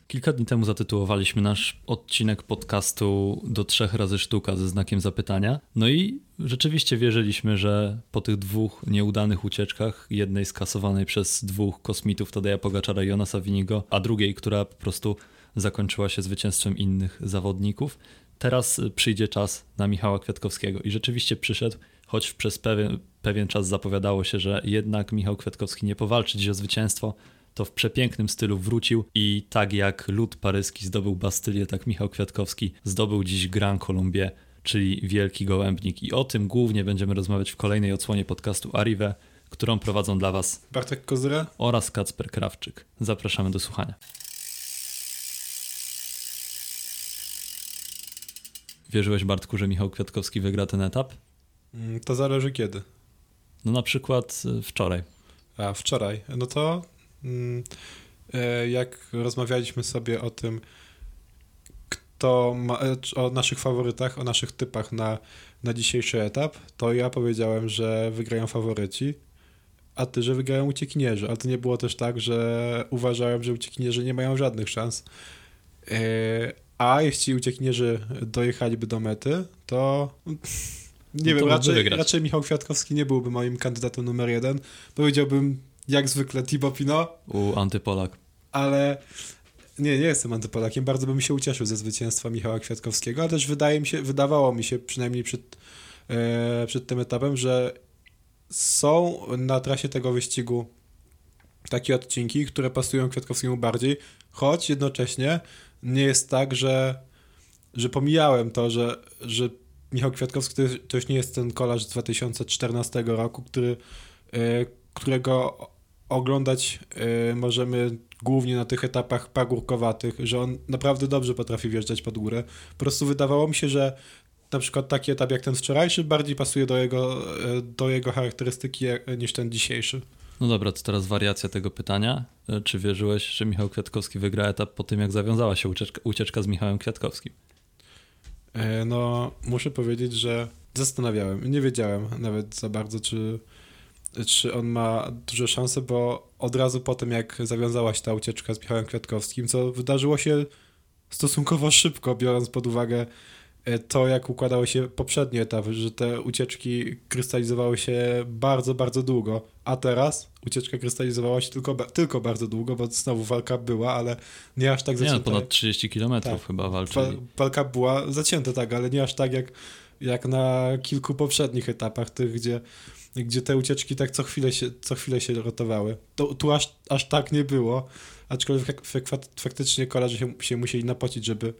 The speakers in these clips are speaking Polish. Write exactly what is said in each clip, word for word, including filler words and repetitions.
Kilka dni temu zatytułowaliśmy nasz odcinek podcastu do trzech razy sztuka ze znakiem zapytania. No i rzeczywiście wierzyliśmy, że po tych dwóch nieudanych ucieczkach, jednej skasowanej przez dwóch kosmitów Tadeja Pogaczara i Jonasa Winigo, a drugiej, która po prostu zakończyła się zwycięstwem innych zawodników, teraz przyjdzie czas na Michała Kwiatkowskiego. I rzeczywiście przyszedł, choć przez pewien, pewien czas zapowiadało się, że jednak Michał Kwiatkowski nie powalczy dziś o zwycięstwo, to w przepięknym stylu wrócił i tak jak lud paryski zdobył Bastylię, tak Michał Kwiatkowski zdobył dziś Grand Colombier, czyli Wielki Gołębnik. I o tym głównie będziemy rozmawiać w kolejnej odsłonie podcastu Arrive, którą prowadzą dla Was Bartek Kozura oraz Kacper Krawczyk. Zapraszamy do słuchania. Wierzyłeś, Bartku, że Michał Kwiatkowski wygra ten etap? To zależy kiedy. No na przykład wczoraj. A, wczoraj. No to mm, jak rozmawialiśmy sobie o tym, kto ma, o naszych faworytach, o naszych typach na, na dzisiejszy etap, to ja powiedziałem, że wygrają faworyci, a ty, że wygrają uciekinierzy. Ale to nie było też tak, że uważałem, że uciekinierzy nie mają żadnych szans. A jeśli uciekinierzy dojechaliby do mety, to nie no wiem, to raczej, raczej Michał Kwiatkowski nie byłby moim kandydatem numer jeden. Powiedziałbym jak zwykle Thibaut Pinot. U antypolak. Ale nie, nie jestem antypolakiem. Bardzo bym się ucieszył ze zwycięstwa Michała Kwiatkowskiego, ale też wydaje mi się, wydawało mi się przynajmniej przed, e, przed tym etapem, że są na trasie tego wyścigu takie odcinki, które pasują Kwiatkowskiemu bardziej, choć jednocześnie nie jest tak, że, że pomijałem to, że, że Michał Kwiatkowski to, to już nie jest ten kolarz z dwa tysiące czternastego roku, który, y, którego oglądać y, możemy głównie na tych etapach pagórkowatych, że on naprawdę dobrze potrafi wjeżdżać pod górę. Po prostu wydawało mi się, że na przykład taki etap jak ten wczorajszy bardziej pasuje do jego, do jego charakterystyki niż ten dzisiejszy. No dobra, to teraz wariacja tego pytania. Czy wierzyłeś, że Michał Kwiatkowski wygra etap po tym, jak zawiązała się ucieczka, ucieczka z Michałem Kwiatkowskim? No, muszę powiedzieć, że zastanawiałem. Nie wiedziałem nawet za bardzo, czy, czy on ma duże szanse, bo od razu po tym, jak zawiązała się ta ucieczka z Michałem Kwiatkowskim, co wydarzyło się stosunkowo szybko, biorąc pod uwagę to, jak układały się poprzednie etapy, że te ucieczki krystalizowały się bardzo, bardzo długo, a teraz ucieczka krystalizowała się tylko, tylko bardzo długo, bo znowu walka była, ale nie aż tak zacięta. Nie, ponad trzydzieści kilometrów tak, chyba walczyli. Walka była zacięta, tak, ale nie aż tak jak, jak na kilku poprzednich etapach, tych, gdzie, gdzie te ucieczki tak co chwilę się, co chwilę się rotowały. To, tu aż, aż tak nie było, aczkolwiek faktycznie kolarze się, się musieli napocić, żeby,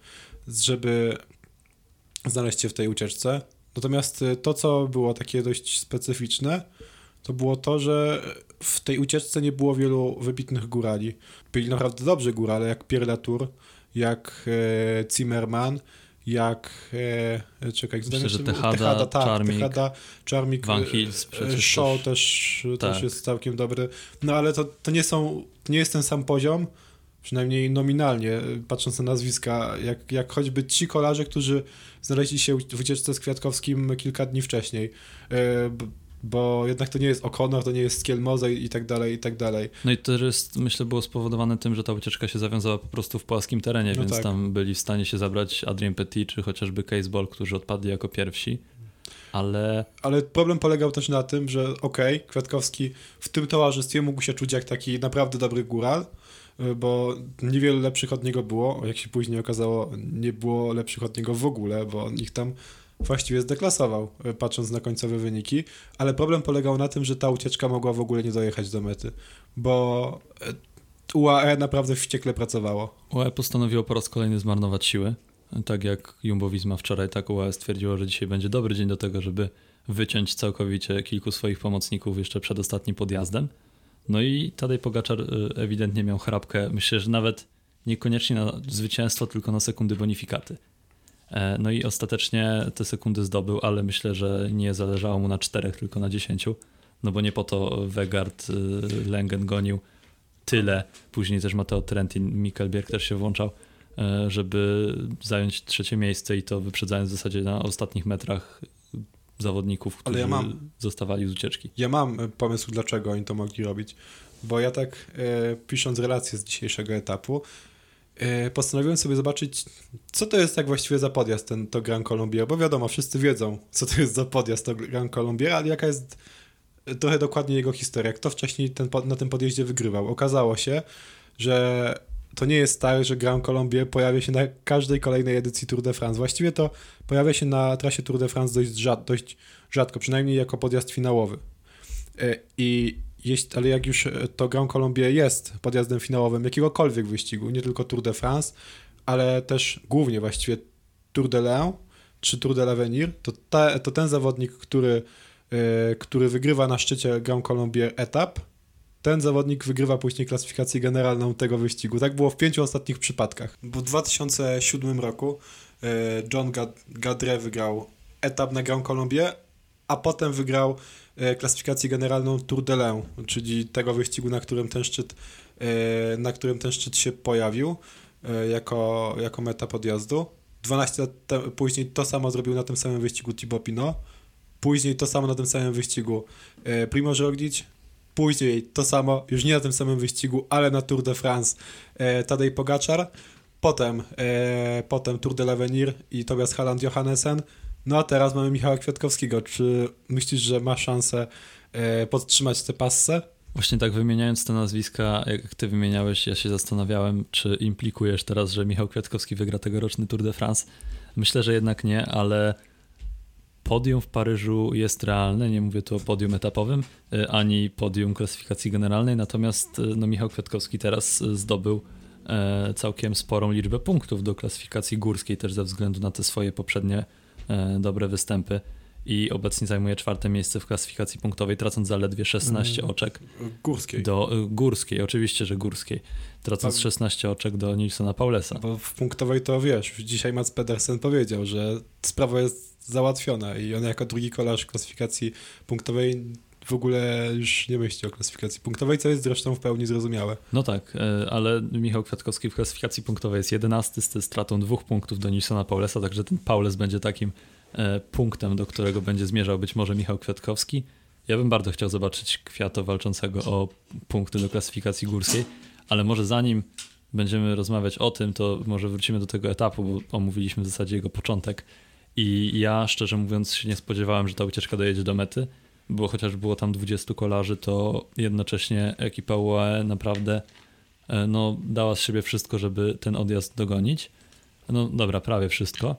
żeby znaleźć się w tej ucieczce. Natomiast to, co było takie dość specyficzne, to było to, że w tej ucieczce nie było wielu wybitnych górali. Byli naprawdę dobrzy górale, jak Pierre Latour, jak e, Zimmerman, jak e, czekaj, myślę, że Tejada, Tejada, tak, Charmik, Tejada, Charmik, Van Hils, Shaw też, tak. też jest całkiem dobry. No ale to, to nie są, to nie jest ten sam poziom, przynajmniej nominalnie, patrząc na nazwiska, jak, jak choćby ci kolarze, którzy znaleźli się w ucieczce z Kwiatkowskim kilka dni wcześniej, bo, bo jednak to nie jest O'Connor, to nie jest Skielmoze i tak dalej, i tak dalej. No i to jest, myślę, było spowodowane tym, że ta ucieczka się zawiązała po prostu w płaskim terenie, no więc tak. Tam byli w stanie się zabrać Adrien Petit, czy chociażby Cees Bol, którzy odpadli jako pierwsi. Ale... Ale problem polegał też na tym, że okej, okay, Kwiatkowski w tym towarzystwie mógł się czuć jak taki naprawdę dobry góral, bo niewiele lepszych od niego było, jak się później okazało, nie było lepszych od niego w ogóle, bo on ich tam właściwie zdeklasował, patrząc na końcowe wyniki, ale problem polegał na tym, że ta ucieczka mogła w ogóle nie dojechać do mety, bo U A E naprawdę wściekle pracowało. U A E postanowiło po raz kolejny zmarnować siły, tak jak Jumbo-Visma wczoraj, tak U A E stwierdziło, że dzisiaj będzie dobry dzień do tego, żeby wyciąć całkowicie kilku swoich pomocników jeszcze przed ostatnim podjazdem. No i Tadej Pogaczar ewidentnie miał chrapkę, myślę, że nawet niekoniecznie na zwycięstwo, tylko na sekundy bonifikaty. No i ostatecznie te sekundy zdobył, ale myślę, że nie zależało mu na czterech, tylko na dziesięciu, no bo nie po to Wegaard, Lengen gonił tyle, później też Matteo Trentin, Mikkel Bjerg też się włączał, żeby zająć trzecie miejsce i to wyprzedzając w zasadzie na ostatnich metrach zawodników, którzy ja mam, zostawali z ucieczki. Ja mam pomysł, dlaczego oni to mogli robić, bo ja tak e, pisząc relację z dzisiejszego etapu, yy, postanowiłem sobie zobaczyć, co to jest tak właściwie za podjazd ten, to Grand Colombier, bo wiadomo, wszyscy wiedzą, co to jest za podjazd to Grand Colombier, ale jaka jest trochę dokładnie jego historia, kto wcześniej ten, na tym podjeździe wygrywał. Okazało się, że to nie jest tak, że Grand Colombier pojawia się na każdej kolejnej edycji Tour de France. Właściwie to pojawia się na trasie Tour de France dość, rzad, dość rzadko, przynajmniej jako podjazd finałowy. I jeśli, ale jak już to Grand Colombier jest podjazdem finałowym jakiegokolwiek wyścigu, nie tylko Tour de France, ale też głównie właściwie Tour de l'Ain czy Tour de l'Avenir, to, ta, to ten zawodnik, który, yy, który wygrywa na szczycie Grand Colombier etap, ten zawodnik wygrywa później klasyfikację generalną tego wyścigu. Tak było w pięciu ostatnich przypadkach. Bo w dwa tysiące siódmym roku yy, John Gadre wygrał etap na Grand Colombier, a potem wygrał yy, klasyfikację generalną Tour de l'Ain, czyli tego wyścigu, na którym ten szczyt, yy, na którym ten szczyt się pojawił yy, jako, jako meta podjazdu. dwanaście lat te- później to samo zrobił na tym samym wyścigu Thibaut Pinot, później to samo na tym samym wyścigu yy, Primož Roglič, później to samo, już nie na tym samym wyścigu, ale na Tour de France e, Tadej Pogačar, potem, e, potem Tour de l'Avenir i Tobias Halland Johannesen, no a teraz mamy Michała Kwiatkowskiego. Czy myślisz, że ma szansę e, podtrzymać tę passę? Właśnie tak wymieniając te nazwiska, jak ty wymieniałeś, ja się zastanawiałem, czy implikujesz teraz, że Michał Kwiatkowski wygra tegoroczny Tour de France. Myślę, że jednak nie, ale podium w Paryżu jest realne, nie mówię tu o podium etapowym, ani podium klasyfikacji generalnej, natomiast no, Michał Kwiatkowski teraz zdobył e, całkiem sporą liczbę punktów do klasyfikacji górskiej, też ze względu na te swoje poprzednie e, dobre występy i obecnie zajmuje czwarte miejsce w klasyfikacji punktowej, tracąc zaledwie szesnaście oczek. Górskiej. Do y, górskiej, oczywiście, że górskiej. Tracąc Tak. szesnaście oczek do Nilsona Paulesa. Bo w punktowej to wiesz, dzisiaj Mats Pedersen powiedział, że sprawa jest załatwiona i on jako drugi kolarz klasyfikacji punktowej w ogóle już nie myśli o klasyfikacji punktowej, co jest zresztą w pełni zrozumiałe. No tak, y, ale Michał Kwiatkowski w klasyfikacji punktowej jest jedenasty z stratą dwóch punktów do Nilsona Paulesa, także ten Paules będzie takim y, punktem, do którego będzie zmierzał być może Michał Kwiatkowski. Ja bym bardzo chciał zobaczyć Kwiato walczącego o punkty do klasyfikacji górskiej, ale może zanim będziemy rozmawiać o tym, to może wrócimy do tego etapu, bo omówiliśmy w zasadzie jego początek i ja szczerze mówiąc się nie spodziewałem, że ta ucieczka dojedzie do mety, bo chociaż było tam dwudziestu kolarzy, to jednocześnie ekipa U A E naprawdę no, dała z siebie wszystko, żeby ten odjazd dogonić. No dobra, prawie wszystko.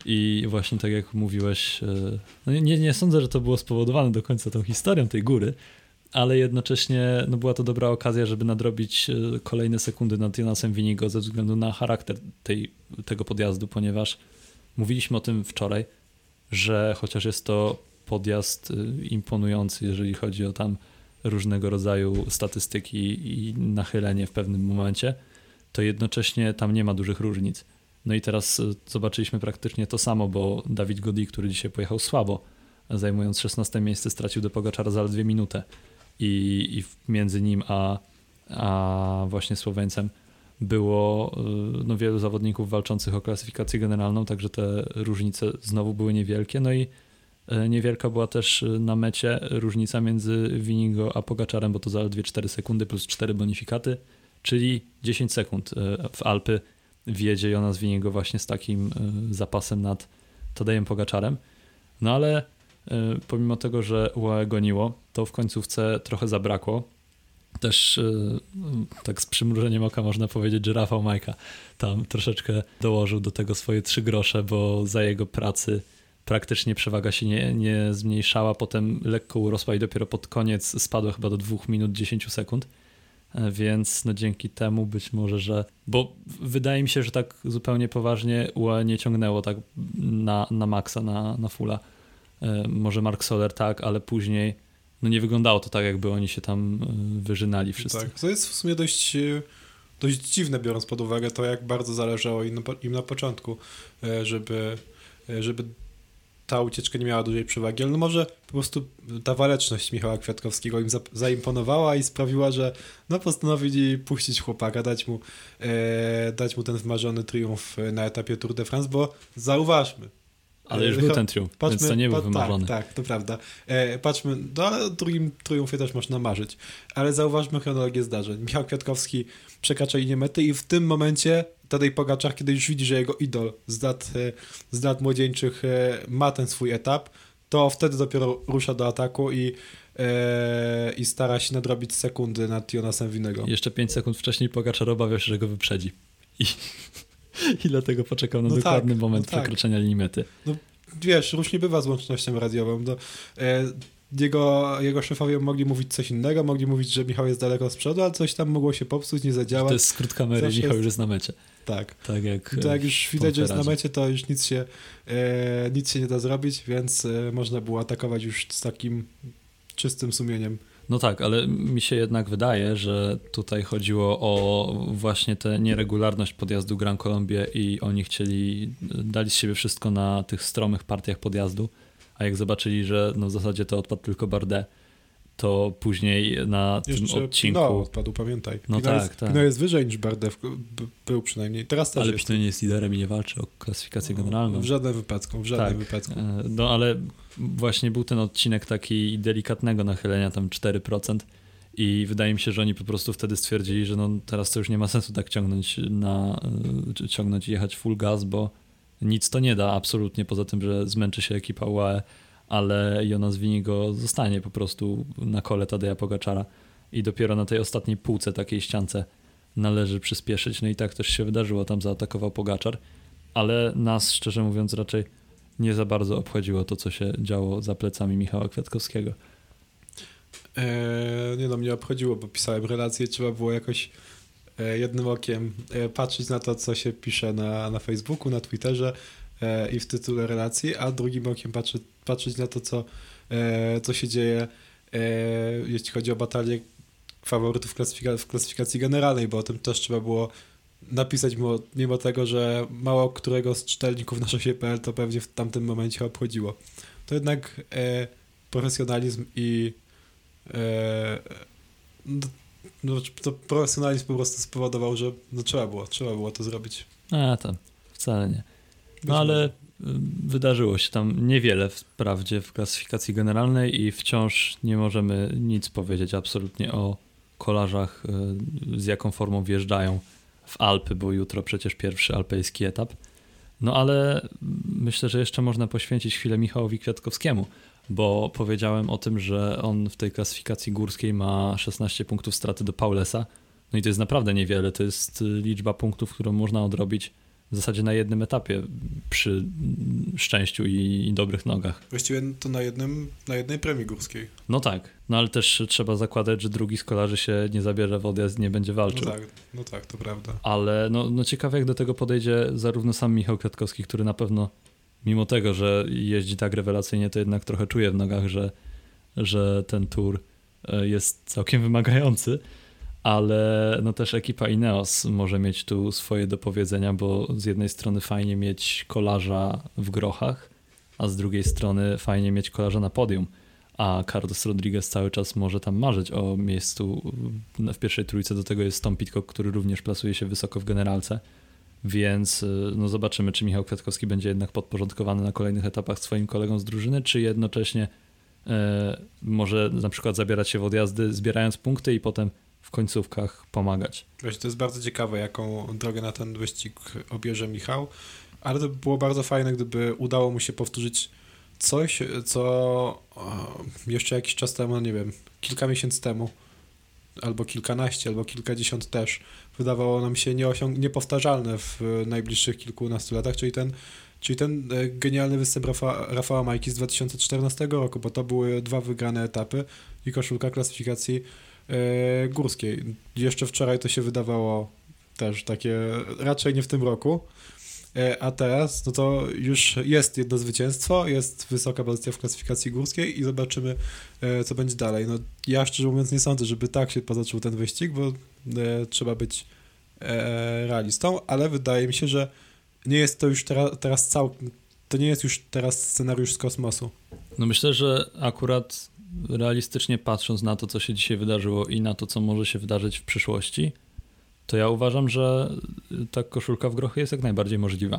I właśnie tak jak mówiłeś, no nie, nie sądzę, że to było spowodowane do końca tą historią tej góry, ale jednocześnie no była to dobra okazja, żeby nadrobić kolejne sekundy nad Jonasem Vinigo ze względu na charakter tej, tego podjazdu, ponieważ mówiliśmy o tym wczoraj, że chociaż jest to podjazd imponujący, jeżeli chodzi o tam różnego rodzaju statystyki i nachylenie w pewnym momencie, to jednocześnie tam nie ma dużych różnic. No i teraz zobaczyliśmy praktycznie to samo, bo David Gaudy, który dzisiaj pojechał słabo, zajmując szesnaste miejsce, stracił do Pogačara zaledwie minutę i, i między nim a, a właśnie Słoweńcem było no, wielu zawodników walczących o klasyfikację generalną, także te różnice znowu były niewielkie. No i niewielka była też na mecie różnica między Vinigo a Pogačarem, bo to zaledwie cztery sekundy plus cztery bonifikaty, czyli dziesięć sekund w Alpy wjedzie Jonas Vinigo właśnie z takim zapasem nad Tadejem Pogačarem. No ale pomimo tego, że U A E goniło, to w końcówce trochę zabrakło. Też tak z przymrużeniem oka można powiedzieć, że Rafał Majka tam troszeczkę dołożył do tego swoje trzy grosze, bo za jego pracy praktycznie przewaga się nie, nie zmniejszała, potem lekko urosła i dopiero pod koniec spadła chyba do dwóch minut dziesięć sekund. Więc no dzięki temu być może, że... Bo wydaje mi się, że tak zupełnie poważnie U A E nie ciągnęło tak na, na maksa, na, na fulla. E, może Mark Soler tak, ale później no nie wyglądało to tak, jakby oni się tam wyżynali wszyscy. Tak, to jest w sumie dość, dość dziwne, biorąc pod uwagę to, jak bardzo zależało im na, im na początku, żeby, żeby ta ucieczka nie miała dużej przewagi, ale no może po prostu ta waleczność Michała Kwiatkowskiego im za, zaimponowała i sprawiła, że no postanowili puścić chłopaka, dać mu, e, dać mu ten wmarzony triumf na etapie Tour de France, bo zauważmy. Ale już był ten triumf, patrzmy, więc to nie był pa, wymarzony. Tak, tak, to prawda. E, patrzmy, no o drugim triumfie też można marzyć, ale zauważmy chronologię zdarzeń. Michał Kwiatkowski przekracza linię mety i w tym momencie Tadej Pogaczar, kiedy już widzi, że jego idol z lat, z lat młodzieńczych ma ten swój etap, to wtedy dopiero rusza do ataku i, e, i stara się nadrobić sekundy nad Jonasem Winego. Jeszcze pięć sekund wcześniej Pogaczar obawiał się, że go wyprzedzi. I, i dlatego poczekał na no dokładny tak, moment no tak. przekroczenia linii mety. No wiesz, różnie bywa z łącznością radiową. No, e, jego, jego szefowie mogli mówić coś innego, mogli mówić, że Michał jest daleko z przodu, ale coś tam mogło się popsuć, nie zadziałać. To jest skrót kamery, Zawsze Michał jest... już jest na mecie. Tak. Tak jak, to jak już widać, że jest na mecie, to już nic się, e, nic się nie da zrobić, więc e, można było atakować już z takim czystym sumieniem. No tak, ale mi się jednak wydaje, że tutaj chodziło o właśnie tę nieregularność podjazdu Gran Colombie i oni chcieli, dali z siebie wszystko na tych stromych partiach podjazdu, a jak zobaczyli, że no w zasadzie to odpadł tylko Bardet, to później na Jeszcze tym odcinku... No, odpadł, pamiętaj. No Pino tak, jest, tak. Pino jest wyżej niż Bardet był przynajmniej. Teraz też ale jest. Pino nie jest liderem i nie walczy o klasyfikację generalną. W żadnym wypadku, w żadnym tak. wypadku. No ale właśnie był ten odcinek taki delikatnego nachylenia, tam cztery procent i wydaje mi się, że oni po prostu wtedy stwierdzili, że no teraz to już nie ma sensu tak ciągnąć na, ciągnąć i jechać full gas, bo nic to nie da absolutnie, poza tym, że zmęczy się ekipa U A E, ale Jonas Winigo zostanie po prostu na kole Tadeja Pogaczara i dopiero na tej ostatniej półce, takiej ściance należy przyspieszyć. No i tak też się wydarzyło, tam zaatakował Pogaczar, ale nas, szczerze mówiąc, raczej nie za bardzo obchodziło to, co się działo za plecami Michała Kwiatkowskiego. Eee, nie no, mnie obchodziło, bo pisałem relacje, trzeba było jakoś e, jednym okiem e, patrzeć na to, co się pisze na, na Facebooku, na Twitterze e, i w tytule relacji, a drugim okiem patrzy, patrzeć na to, co, e, co się dzieje, e, jeśli chodzi o batalię faworytów klasyfika- w klasyfikacji generalnej, bo o tym też trzeba było napisać, mimo, mimo tego, że mało którego z czytelników na szosie kropka pe el to pewnie w tamtym momencie obchodziło. To jednak e, profesjonalizm i e, no, no, to profesjonalizm po prostu spowodował, że no, trzeba było, trzeba było to zrobić. A tam, wcale nie. No ale wydarzyło się tam niewiele wprawdzie w klasyfikacji generalnej i wciąż nie możemy nic powiedzieć absolutnie o kolarzach, z jaką formą wjeżdżają w Alpy, bo jutro przecież pierwszy alpejski etap. No ale myślę, że jeszcze można poświęcić chwilę Michałowi Kwiatkowskiemu, bo powiedziałem o tym, że on w tej klasyfikacji górskiej ma szesnaście punktów straty do Paulesa. No i to jest naprawdę niewiele, to jest liczba punktów, którą można odrobić w zasadzie na jednym etapie przy szczęściu i, i dobrych nogach. Właściwie to na jednym, na jednej premii górskiej. No tak, no ale też trzeba zakładać, że drugi z kolarzy się nie zabierze w odjazd, nie będzie walczył. No tak, no tak, to prawda. Ale no, no ciekawe, jak do tego podejdzie zarówno sam Michał Kwiatkowski, który na pewno mimo tego, że jeździ tak rewelacyjnie, to jednak trochę czuje w nogach, że, że ten tour jest całkiem wymagający. Ale no też ekipa Ineos może mieć tu swoje do powiedzenia, bo z jednej strony fajnie mieć kolarza w grochach, a z drugiej strony fajnie mieć kolarza na podium, a Carlos Rodriguez cały czas może tam marzyć o miejscu w pierwszej trójce, do tego jest Tom Pidcock, który również plasuje się wysoko w generalce, więc no zobaczymy, czy Michał Kwiatkowski będzie jednak podporządkowany na kolejnych etapach swoim kolegom z drużyny, czy jednocześnie e, może na przykład zabierać się w odjazdy, zbierając punkty i potem w końcówkach pomagać. Właśnie to jest bardzo ciekawe, jaką drogę na ten wyścig obierze Michał, ale to by było bardzo fajne, gdyby udało mu się powtórzyć coś, co jeszcze jakiś czas temu, nie wiem, kilka miesięcy temu, albo kilkanaście, albo kilkadziesiąt też, wydawało nam się nieosiąg- niepowtarzalne w najbliższych kilkunastu latach, czyli ten, czyli ten genialny występ Rafa, Rafała Majki z dwa tysiące czternastego roku, bo to były dwa wygrane etapy i koszulka klasyfikacji e, górskiej. Jeszcze wczoraj to się wydawało też takie raczej nie w tym roku, e, a teraz no to już jest jedno zwycięstwo, jest wysoka pozycja w klasyfikacji górskiej i zobaczymy, e, co będzie dalej. No, ja szczerze mówiąc nie sądzę, żeby tak się potoczył ten wyścig, bo e, trzeba być e, realistą, ale wydaje mi się, że nie jest to już teraz, teraz całkiem, to nie jest już teraz scenariusz z kosmosu. No myślę, że akurat realistycznie patrząc na to, co się dzisiaj wydarzyło i na to, co może się wydarzyć w przyszłości, to ja uważam, że ta koszulka w grochy jest jak najbardziej możliwa.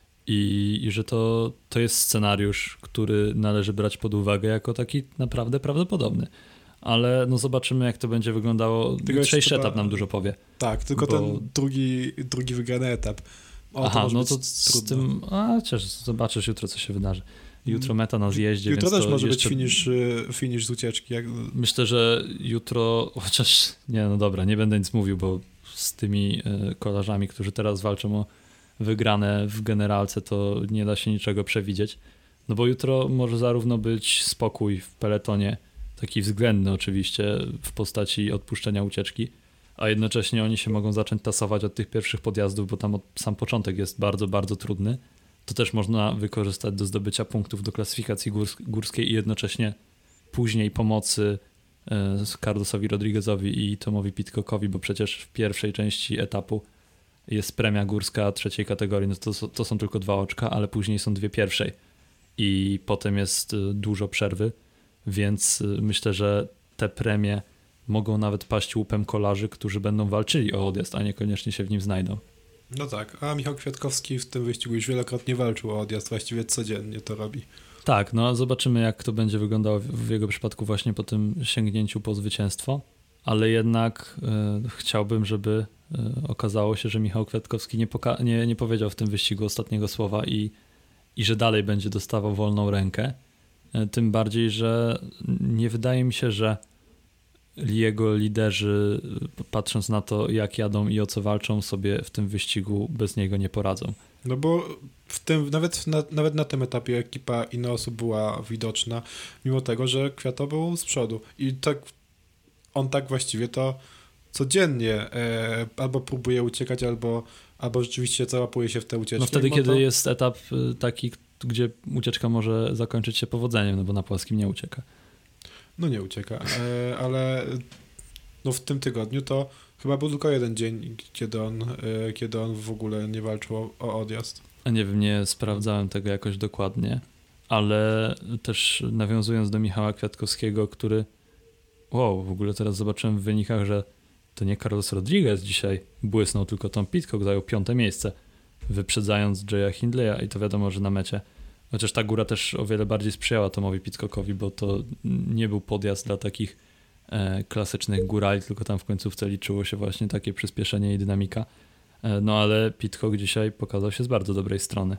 I, i że to, to jest scenariusz, który należy brać pod uwagę jako taki naprawdę prawdopodobny. ale no zobaczymy, jak to będzie wyglądało. Jutrzejszy etap nam dużo powie. Tak, tylko bo... ten drugi, drugi wygrany etap. O, Aha, to no to z tym, a chociaż zobaczysz jutro, co się wydarzy. Jutro meta na zjeździe, jutro więc też może jeszcze... być finish, finish z ucieczki. Jak... Myślę, że jutro, chociaż nie, no dobra, nie będę nic mówił, bo z tymi kolarzami, którzy teraz walczą o wygrane w generalce, to nie da się niczego przewidzieć. No bo jutro może zarówno być spokój w peletonie, taki względny oczywiście, w postaci odpuszczenia ucieczki, a jednocześnie oni się mogą zacząć tasować od tych pierwszych podjazdów, bo tam od, sam początek jest bardzo, bardzo trudny. To też można wykorzystać do zdobycia punktów do klasyfikacji górs- górskiej i jednocześnie później pomocy e, Carlosowi Rodriguezowi i Tomowi Pitcockowi, bo przecież w pierwszej części etapu jest premia górska trzeciej kategorii, no to, to są tylko dwa oczka, ale później są dwie pierwszej i potem jest dużo przerwy, więc myślę, że te premie mogą nawet paść łupem kolarzy, którzy będą walczyli o odjazd, a niekoniecznie się w nim znajdą. No tak, a Michał Kwiatkowski w tym wyścigu już wielokrotnie walczył o odjazd, właściwie codziennie to robi. Tak, no zobaczymy, jak to będzie wyglądało w jego przypadku właśnie po tym sięgnięciu po zwycięstwo, ale jednak y, chciałbym, żeby y, okazało się, że Michał Kwiatkowski nie, poka- nie, nie powiedział w tym wyścigu ostatniego słowa i, i że dalej będzie dostawał wolną rękę, y, tym bardziej, że nie wydaje mi się, że jego liderzy, patrząc na to, jak jadą i o co walczą, sobie w tym wyścigu bez niego nie poradzą. No bo w tym, nawet, na, nawet na tym etapie ekipa Ineosu była widoczna, mimo tego, że Kwiato był z przodu. I tak on tak właściwie to codziennie e, albo próbuje uciekać, albo, albo rzeczywiście załapuje się w te ucieczki. No wtedy, kiedy to... jest etap taki, gdzie ucieczka może zakończyć się powodzeniem, no bo na płaskim nie ucieka. No nie ucieka, e, ale no w tym tygodniu to chyba był tylko jeden dzień, kiedy on, e, kiedy on w ogóle nie walczył o, o odjazd. A nie wiem, nie sprawdzałem tego jakoś dokładnie, ale też nawiązując do Michała Kwiatkowskiego, który wow, w ogóle teraz zobaczyłem w wynikach, że to nie Carlos Rodriguez dzisiaj błysnął, tylko Tom Pidcock zajął piąte miejsce, wyprzedzając Jaya Hindleya i to wiadomo, że na mecie. Chociaż ta góra też o wiele bardziej sprzyjała Tomowi Pitcockowi, bo to nie był podjazd dla takich e, klasycznych górali, tylko tam w końcówce liczyło się właśnie takie przyspieszenie i dynamika. E, no ale Pitcock dzisiaj pokazał się z bardzo dobrej strony.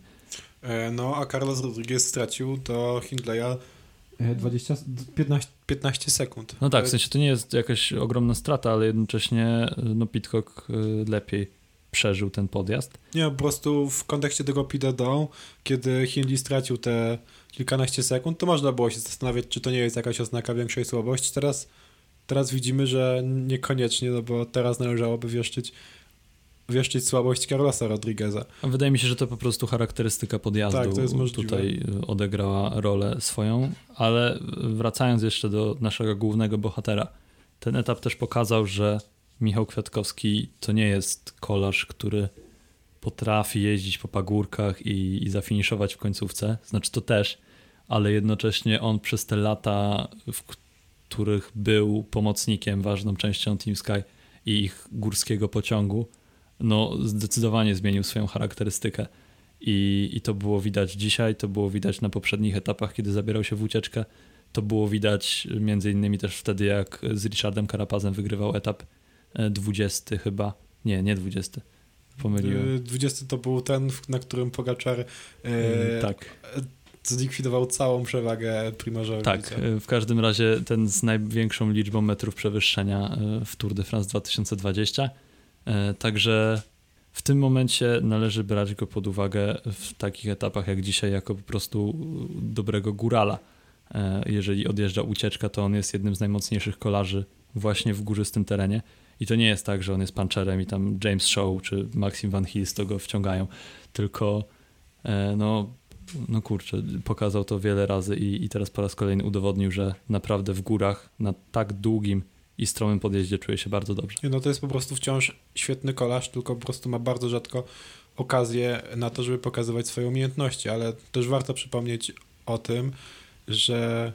E, no a Carlos Rodriguez stracił do Hindleya dwadzieścia, piętnaście, piętnaście sekund. No tak, w sensie to nie jest jakaś ogromna strata, ale jednocześnie no Pitcock lepiej przeżył ten podjazd. Nie, po prostu w kontekście tego Pidado, kiedy Hindley stracił te kilkanaście sekund, to można było się zastanawiać, czy to nie jest jakaś oznaka większej słabości. Teraz, teraz widzimy, że niekoniecznie, no bo teraz należałoby wieszczyć, wieszczyć słabość Carlosa Rodrigueza. A wydaje mi się, że to po prostu charakterystyka podjazdu tak, to jest możliwe. Tutaj odegrała rolę swoją, ale wracając jeszcze do naszego głównego bohatera, ten etap też pokazał, że Michał Kwiatkowski to nie jest kolarz, który potrafi jeździć po pagórkach i, i zafiniszować w końcówce, znaczy to też, ale jednocześnie on przez te lata, w których był pomocnikiem, ważną częścią Team Sky i ich górskiego pociągu, no zdecydowanie zmienił swoją charakterystykę I, i to było widać dzisiaj, to było widać na poprzednich etapach, kiedy zabierał się w ucieczkę, to było widać między innymi też wtedy, jak z Richardem Carapazem wygrywał etap dwudziesty chyba, nie, nie dwudziesty, pomyliłem. dwudziesty to był ten, na którym Pogačar e, tak. zlikwidował całą przewagę Primoża. Tak, w każdym razie ten z największą liczbą metrów przewyższenia w Tour de France dwa tysiące dwudziesty. Także w tym momencie należy brać go pod uwagę w takich etapach jak dzisiaj jako po prostu dobrego górala. Jeżeli odjeżdża ucieczka, to on jest jednym z najmocniejszych kolarzy właśnie w górzystym terenie. I to nie jest tak, że on jest puncherem i tam James Shaw czy Maxim Van Hils to go wciągają, tylko no, no kurczę, pokazał to wiele razy i, i teraz po raz kolejny udowodnił, że naprawdę w górach na tak długim i stromym podjeździe czuje się bardzo dobrze. No to jest po prostu wciąż świetny kolarz, tylko po prostu ma bardzo rzadko okazję na to, żeby pokazywać swoje umiejętności, ale też warto przypomnieć o tym, że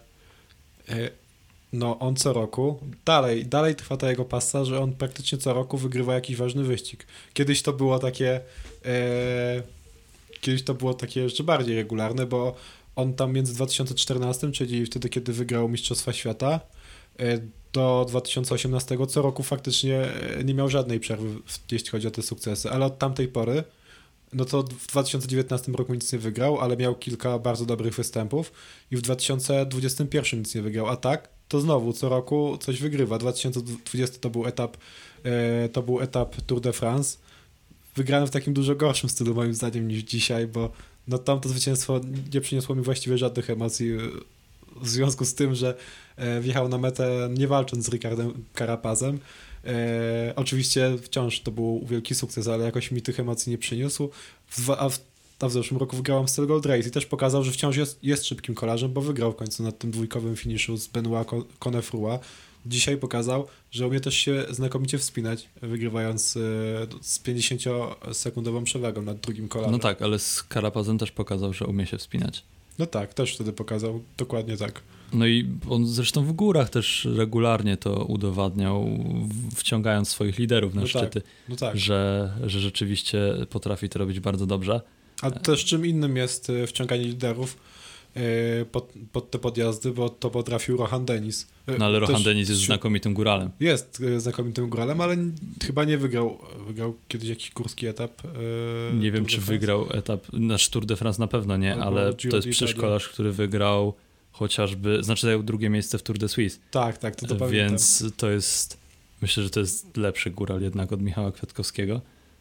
no on co roku, dalej, dalej trwa ta jego pasa, że on praktycznie co roku wygrywa jakiś ważny wyścig. Kiedyś to było takie e, kiedyś to było takie jeszcze bardziej regularne, bo on tam między dwa tysiące czternastym, czyli wtedy, kiedy wygrał Mistrzostwa Świata, do dwa tysiące osiemnastego co roku faktycznie nie miał żadnej przerwy, jeśli chodzi o te sukcesy, ale od tamtej pory, no to w dwa tysiące dziewiętnastym roku nic nie wygrał, ale miał kilka bardzo dobrych występów i w dwa tysiące dwudziestym pierwszym nic nie wygrał, a tak to znowu co roku coś wygrywa. dwa tysiące dwudziesty to był etap, to był etap Tour de France, wygrany w takim dużo gorszym stylu moim zdaniem niż dzisiaj, bo no tamto zwycięstwo nie przyniosło mi właściwie żadnych emocji w związku z tym, że wjechał na metę nie walcząc z Ricardem Carapazem. E, oczywiście wciąż to był wielki sukces, ale jakoś mi tych emocji nie przyniósł. W, a, w, a w zeszłym roku wygrał Amstel Gold Race i też pokazał, że wciąż jest, jest szybkim kolarzem, bo wygrał w końcu na tym dwójkowym finiszu z Benoit Connefroy. Dzisiaj pokazał, że umie też się znakomicie wspinać, wygrywając e, z pięćdziesięciosekundową przewagą nad drugim kolarzem. No tak, ale z Carapazem też pokazał, że umie się wspinać. No tak, też wtedy pokazał, dokładnie tak. No i on zresztą w górach też regularnie to udowadniał, wciągając swoich liderów na no szczyty, tak, no tak. Że, że rzeczywiście potrafi to robić bardzo dobrze. A też czym innym jest wciąganie liderów pod, pod te podjazdy, bo to potrafił Rohan Dennis. No ale Rohan też, Dennis jest znakomitym góralem. Jest znakomitym góralem, ale chyba nie wygrał. Wygrał kiedyś jakiś górski etap. Nie wiem, czy wygrał etap, nasz Tour de France na pewno nie, Albo ale Giro to jest d'Italia. przeszkolarz, który wygrał chociażby, znaczy zajął drugie miejsce w Tour de Suisse. Tak, tak, to, to pamiętam. Więc to jest, myślę, że to jest lepszy góral jednak od Michała Kwiatkowskiego.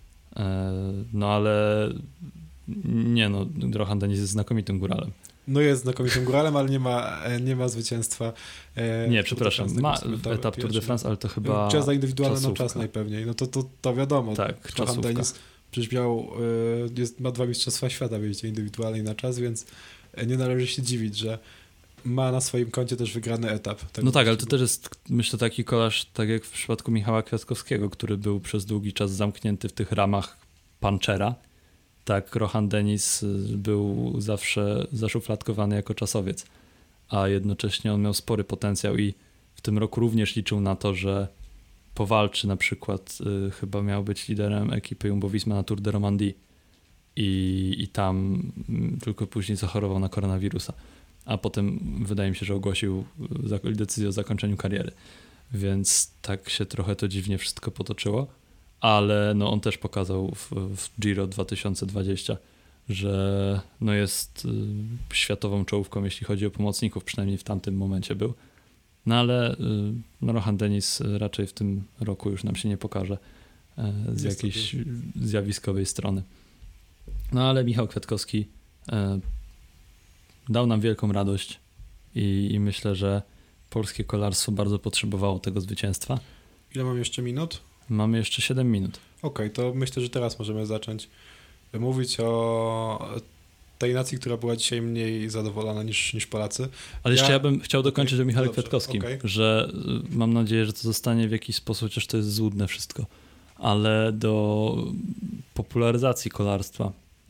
No ale nie no, Rohan Dennis jest znakomitym góralem. No jest znakomitym góralem, ale nie ma, nie ma zwycięstwa. E, nie, przepraszam, ma etap Tour de France, ale to chyba jazda indywidualna czasówka. Na czas najpewniej. No to, to, to wiadomo. Tak, Rohan Dennis przecież miał, jest, ma dwa mistrzostwa świata w jeździe indywidualnej na czas, więc nie należy się dziwić, że ma na swoim koncie też wygrany etap. Tak no tak, ale to też jest, myślę, taki kolarz, tak jak w przypadku Michała Kwiatkowskiego, który był przez długi czas zamknięty w tych ramach punchera. Tak, Rohan Dennis był zawsze zaszufladkowany jako czasowiec, a jednocześnie on miał spory potencjał i w tym roku również liczył na to, że powalczy na przykład, y, chyba miał być liderem ekipy Jumbo-Visma na Tour de Romandie i, i tam y, tylko później zachorował na koronawirusa, a potem wydaje mi się, że ogłosił decyzję o zakończeniu kariery, więc tak się trochę to dziwnie wszystko potoczyło. Ale no on też pokazał w, w Giro dwa tysiące dwudziestym, że no jest y, światową czołówką, jeśli chodzi o pomocników, przynajmniej w tamtym momencie był. No ale y, no Rohan Dennis raczej w tym roku już nam się nie pokaże y, z jakiejś zjawiskowej strony. No ale Michał Kwiatkowski y, dał nam wielką radość i, i myślę, że polskie kolarstwo bardzo potrzebowało tego zwycięstwa. Ile mam jeszcze minut? Mamy jeszcze siedem minut. Okej, okay, to myślę, że teraz możemy zacząć mówić o tej nacji, która była dzisiaj mniej zadowolona niż, niż Polacy. Ale jeszcze ja, ja bym chciał dokończyć okay, o Michale dobrze, Kwiatkowskim, okay. że mam nadzieję, że to zostanie w jakiś sposób, chociaż to jest złudne wszystko, ale do popularyzacji kolarstwa,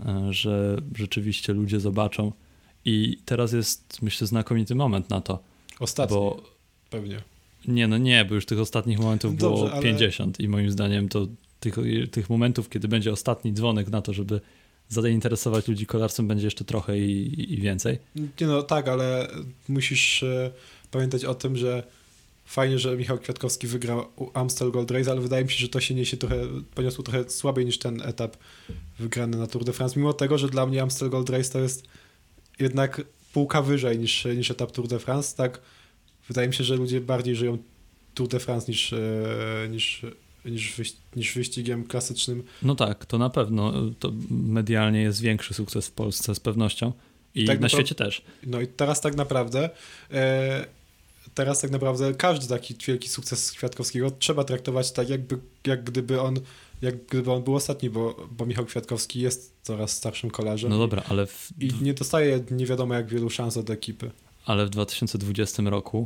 że rzeczywiście ludzie zobaczą i teraz jest, myślę, znakomity moment na to. Ostatni, bo pewnie. Nie, no nie, bo już tych ostatnich momentów Dobrze, było ale... pięćdziesiąt i moim zdaniem to tych, tych momentów, kiedy będzie ostatni dzwonek na to, żeby zainteresować ludzi kolarstwem, będzie jeszcze trochę i, i więcej. Nie no tak, ale musisz e, pamiętać o tym, że fajnie, że Michał Kwiatkowski wygrał Amstel Gold Race, ale wydaje mi się, że to się niesie trochę, poniosło trochę słabiej niż ten etap wygrany na Tour de France, mimo tego, że dla mnie Amstel Gold Race to jest jednak półka wyżej niż, niż etap Tour de France, tak. Wydaje mi się, że ludzie bardziej żyją Tour de France niż, niż, niż, wyś, niż wyścigiem klasycznym. No tak, to na pewno. To medialnie jest większy sukces w Polsce z pewnością i tak na naprawdę, świecie też. No i teraz tak naprawdę e, teraz tak naprawdę każdy taki wielki sukces Kwiatkowskiego trzeba traktować tak, jakby, jak gdyby on jak gdyby on był ostatni, bo, bo Michał Kwiatkowski jest coraz starszym kolarzem. No dobra, ale... W... I nie dostaje nie wiadomo jak wielu szans od ekipy. Ale w dwa tysiące dwudziestym roku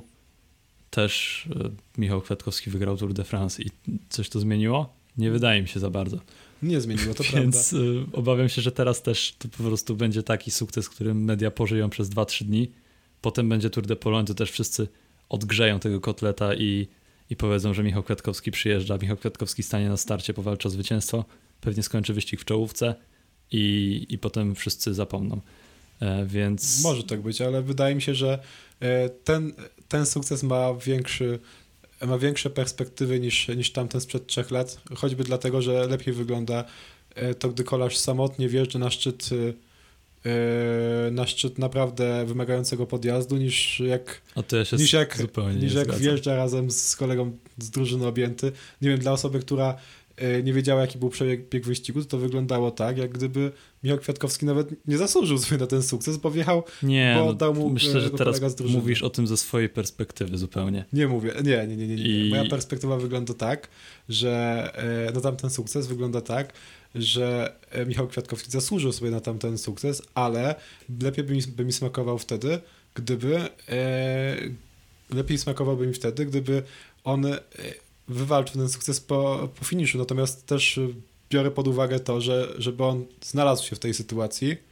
też Michał Kwiatkowski wygrał Tour de France i coś to zmieniło? Nie wydaje mi się za bardzo. Nie zmieniło, to Więc prawda. Więc obawiam się, że teraz też to po prostu będzie taki sukces, którym media pożyją przez dwa trzy dni. Potem będzie Tour de Pologne, to też wszyscy odgrzeją tego kotleta i, i powiedzą, że Michał Kwiatkowski przyjeżdża. Michał Kwiatkowski stanie na starcie, powalczy o zwycięstwo, pewnie skończy wyścig w czołówce i, i potem wszyscy zapomną. e, więc... Może tak być, ale wydaje mi się, że e, ten, ten sukces ma większy, ma większe perspektywy niż, niż tamten sprzed trzech lat, choćby dlatego, że lepiej wygląda e, to, gdy kolarz samotnie wjeżdża na szczyt e, na szczyt naprawdę wymagającego podjazdu, niż jak, A to ja się niż jak, zupełnie niż nie jak zgadzam. wjeżdża razem z kolegą z drużyny objęty. Nie wiem, dla osoby, która nie wiedziała, jaki był przebieg bieg wyścigu, to, to wyglądało tak, jak gdyby Michał Kwiatkowski nawet nie zasłużył sobie na ten sukces, bo wjechał, Nie, bo no, dał mu myślę, że teraz kolega z drużyny. mówisz o tym ze swojej perspektywy zupełnie. Nie mówię, nie, nie, nie, nie, nie. I... Moja perspektywa wygląda tak, że no tamten sukces wygląda tak, że Michał Kwiatkowski zasłużył sobie na tamten sukces, ale lepiej by mi, by mi smakował wtedy, gdyby e, lepiej smakowałby mi wtedy, gdyby on e, wywalczył ten sukces po, po finiszu. Natomiast też biorę pod uwagę to, że żeby on znalazł się w tej sytuacji, e,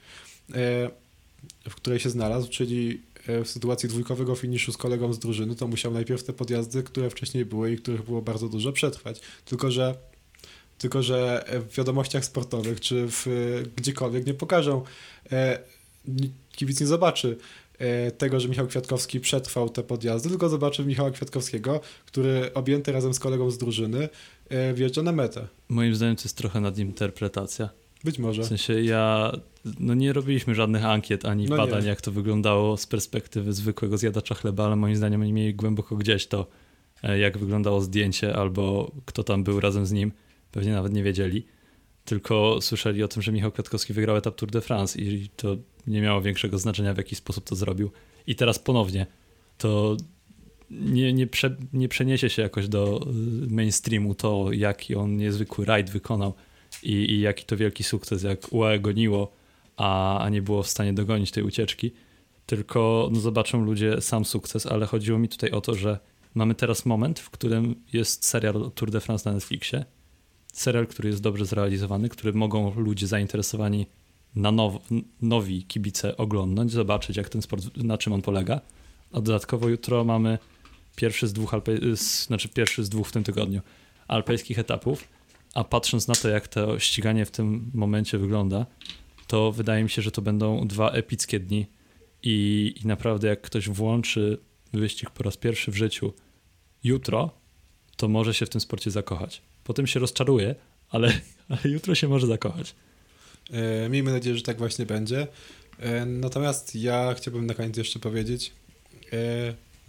w której się znalazł, czyli w sytuacji dwójkowego finiszu z kolegą z drużyny, to musiał najpierw te podjazdy, które wcześniej były i których było bardzo dużo, przetrwać. Tylko, że Tylko, że w wiadomościach sportowych czy w, gdziekolwiek nie pokażą, e, kibic nie zobaczy e, tego, że Michał Kwiatkowski przetrwał te podjazdy, tylko zobaczy Michała Kwiatkowskiego, który objęty razem z kolegą z drużyny e, wjeżdża na metę. Moim zdaniem to jest trochę nadinterpretacja. Być może. W sensie ja, no nie robiliśmy żadnych ankiet ani No badań, nie. jak to wyglądało z perspektywy zwykłego zjadacza chleba, ale moim zdaniem oni mieli głęboko gdzieś to, e, jak wyglądało zdjęcie albo kto tam był razem z nim. Pewnie nawet nie wiedzieli, tylko słyszeli o tym, że Michał Kwiatkowski wygrał etap Tour de France i to nie miało większego znaczenia, w jaki sposób to zrobił. I teraz ponownie to nie, nie, prze, nie przeniesie się jakoś do mainstreamu to, jaki on niezwykły rajd wykonał i, i jaki to wielki sukces, jak U A E goniło, a, a nie było w stanie dogonić tej ucieczki, tylko no, zobaczą ludzie sam sukces, ale chodziło mi tutaj o to, że mamy teraz moment, w którym jest serial Tour de France na Netflixie, serial, który jest dobrze zrealizowany, który mogą ludzie zainteresowani na now, nowi kibice oglądnąć, zobaczyć, jak ten sport, na czym on polega. A dodatkowo jutro mamy pierwszy z dwóch, alpe, znaczy pierwszy z dwóch w tym tygodniu alpejskich etapów, a patrząc na to, jak to ściganie w tym momencie wygląda, to wydaje mi się, że to będą dwa epickie dni i, i naprawdę jak ktoś włączy wyścig po raz pierwszy w życiu jutro, to może się w tym sporcie zakochać. Potem się rozczaruje, ale, ale jutro się może zakochać. E, miejmy nadzieję, że tak właśnie będzie. E, natomiast ja chciałbym na koniec jeszcze powiedzieć e,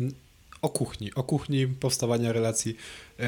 o kuchni, o kuchni powstawania relacji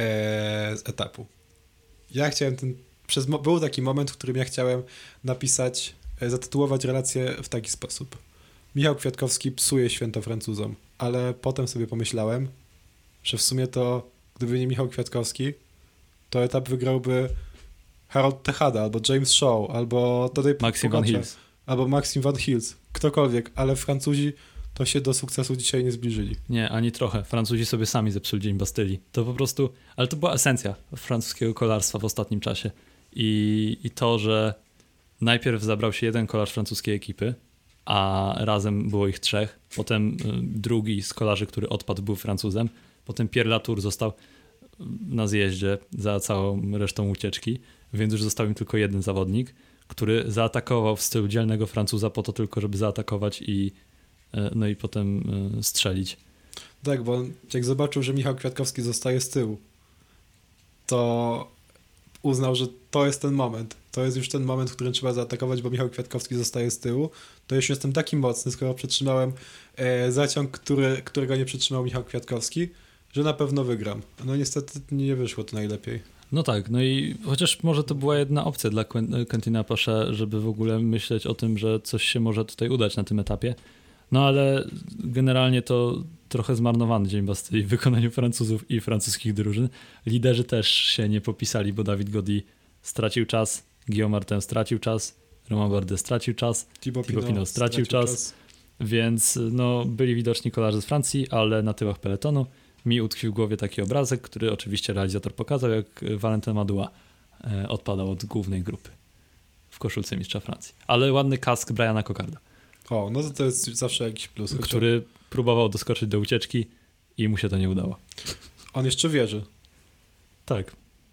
e, z etapu. Ja chciałem ten, przez, był taki moment, w którym ja chciałem napisać, e, zatytułować relację w taki sposób. Michał Kwiatkowski psuje święto Francuzom, ale potem sobie pomyślałem, że w sumie to, gdyby nie Michał Kwiatkowski, to etap wygrałby Harold Tejada, albo James Shaw, albo Tadej Maxim Van Hils. Albo Maxim Van Hils. Ktokolwiek, ale Francuzi to się do sukcesu dzisiaj nie zbliżyli. Nie, ani trochę. Francuzi sobie sami zepsuli Dzień Bastylii. To po prostu, ale to była esencja francuskiego kolarstwa w ostatnim czasie. I, i to, że najpierw zabrał się jeden kolarz francuskiej ekipy, a razem było ich trzech. Potem y, drugi z kolarzy, który odpadł, był Francuzem. Potem Pierre Latour został na zjeździe za całą resztą ucieczki, więc już został im tylko jeden zawodnik, który zaatakował w stylu dzielnego Francuza po to tylko, żeby zaatakować i no i potem strzelić. Tak, bo jak zobaczył, że Michał Kwiatkowski zostaje z tyłu, to uznał, że to jest ten moment. To jest już ten moment, w którym trzeba zaatakować, bo Michał Kwiatkowski zostaje z tyłu. To już jestem taki mocny, skoro przetrzymałem e, zaciąg, który, którego nie przetrzymał Michał Kwiatkowski, że na pewno wygram. No niestety nie wyszło to najlepiej. No tak, no i chociaż może to była jedna opcja dla Quentina Pache, żeby w ogóle myśleć o tym, że coś się może tutaj udać na tym etapie. No ale generalnie to trochę zmarnowany Dzień Bastylii w wykonaniu Francuzów i francuskich drużyn. Liderzy też się nie popisali, bo David Gaudy stracił czas, Guillaume Martin stracił czas, Romain Bardet stracił czas, Thibaut Thibaut Pinot Pinot stracił, stracił czas, czas, więc no, byli widoczni kolarze z Francji, ale na tyłach peletonu. Mi utkwił w głowie taki obrazek, który oczywiście realizator pokazał, jak Valentin Madouas e, odpadał od głównej grupy w koszulce mistrza Francji. Ale ładny kask Briana Cockarda. O, no to to jest zawsze jakiś plus. Który próbował doskoczyć do ucieczki i mu się to nie udało. On jeszcze wierzy. Tak.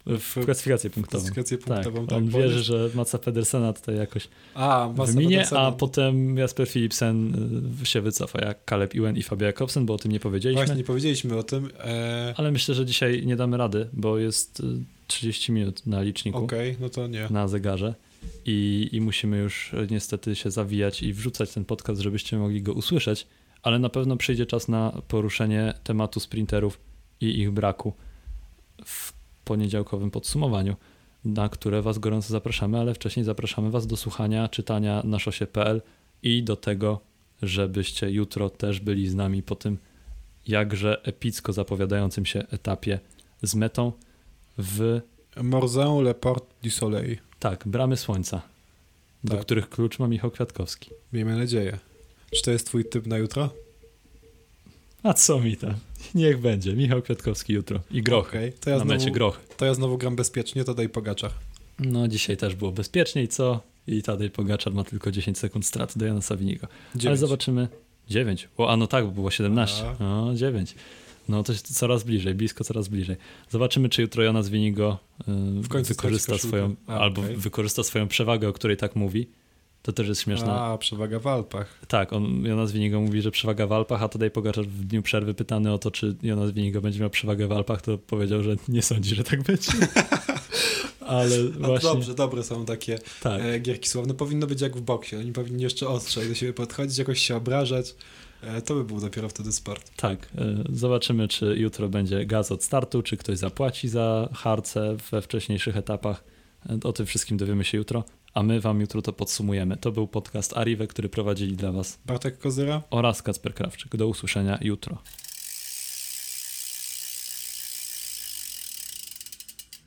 W klasyfikację punktową. Klasyfikację punktową, tak. tak. On Powiedz. wierzy, że Matsa Pedersena tutaj jakoś A, Massa wyminie, Pedersena. a potem Jasper Philipsen y, się wycofa, jak Caleb Ewan i Fabio Jakobsen, bo o tym nie powiedzieliśmy. Właśnie nie powiedzieliśmy o tym. E... Ale myślę, że dzisiaj nie damy rady, bo jest y, trzydzieści minut na liczniku, Okej, okay, no to nie. na zegarze i, i musimy już y, niestety się zawijać i wrzucać ten podcast, żebyście mogli go usłyszeć, ale na pewno przyjdzie czas na poruszenie tematu sprinterów i ich braku w poniedziałkowym podsumowaniu, na które was gorąco zapraszamy, ale wcześniej zapraszamy was do słuchania, czytania na szosie kropka pe el i do tego, żebyście jutro też byli z nami po tym jakże epicko zapowiadającym się etapie z metą w... Morzę Le Port du Soleil. Tak, Bramy Słońca, do tak. których klucz ma Michał Kwiatkowski. Miejmy nadzieję. Czy to jest twój typ na jutro? A co mi tam? Niech będzie. Michał Kwiatkowski jutro. I grochy. Okay, to ja na znowu, mecie grochy. To ja znowu gram bezpiecznie, to daj Pogaczar. No dzisiaj też było bezpieczniej, co? I Tadej Pogaczar ma tylko dziesięć sekund straty do Jana Saviniego. Ale zobaczymy. dziewięć. O, a no tak, bo było siedemnaście. A. No, dziewięć. No to jest coraz bliżej, blisko coraz bliżej. Zobaczymy, czy jutro Jonas Winigo yy, wykorzysta swoją, a, albo okay. wykorzysta swoją przewagę, o której tak mówi. To też jest śmieszne. A, przewaga w Alpach. Tak, on, Jonas Winigo mówi, że przewaga w Alpach, a Tadej Pogaczar w dniu przerwy pytany o to, czy Jonas Winigo będzie miał przewagę w Alpach, to powiedział, że nie sądzi, że tak będzie. Ale właśnie... Dobrze, dobre są takie tak. e, gierki słowne. Powinno być jak w boksie. Oni powinni jeszcze ostrzej do siebie podchodzić, jakoś się obrażać. E, to by był dopiero wtedy sport. Tak. E, zobaczymy, czy jutro będzie gaz od startu, czy ktoś zapłaci za harce we wcześniejszych etapach. E, o tym wszystkim dowiemy się jutro, a my wam jutro to podsumujemy. To był podcast Arrive, który prowadzili dla was Bartek Kozyra oraz Kacper Krawczyk. Do usłyszenia jutro.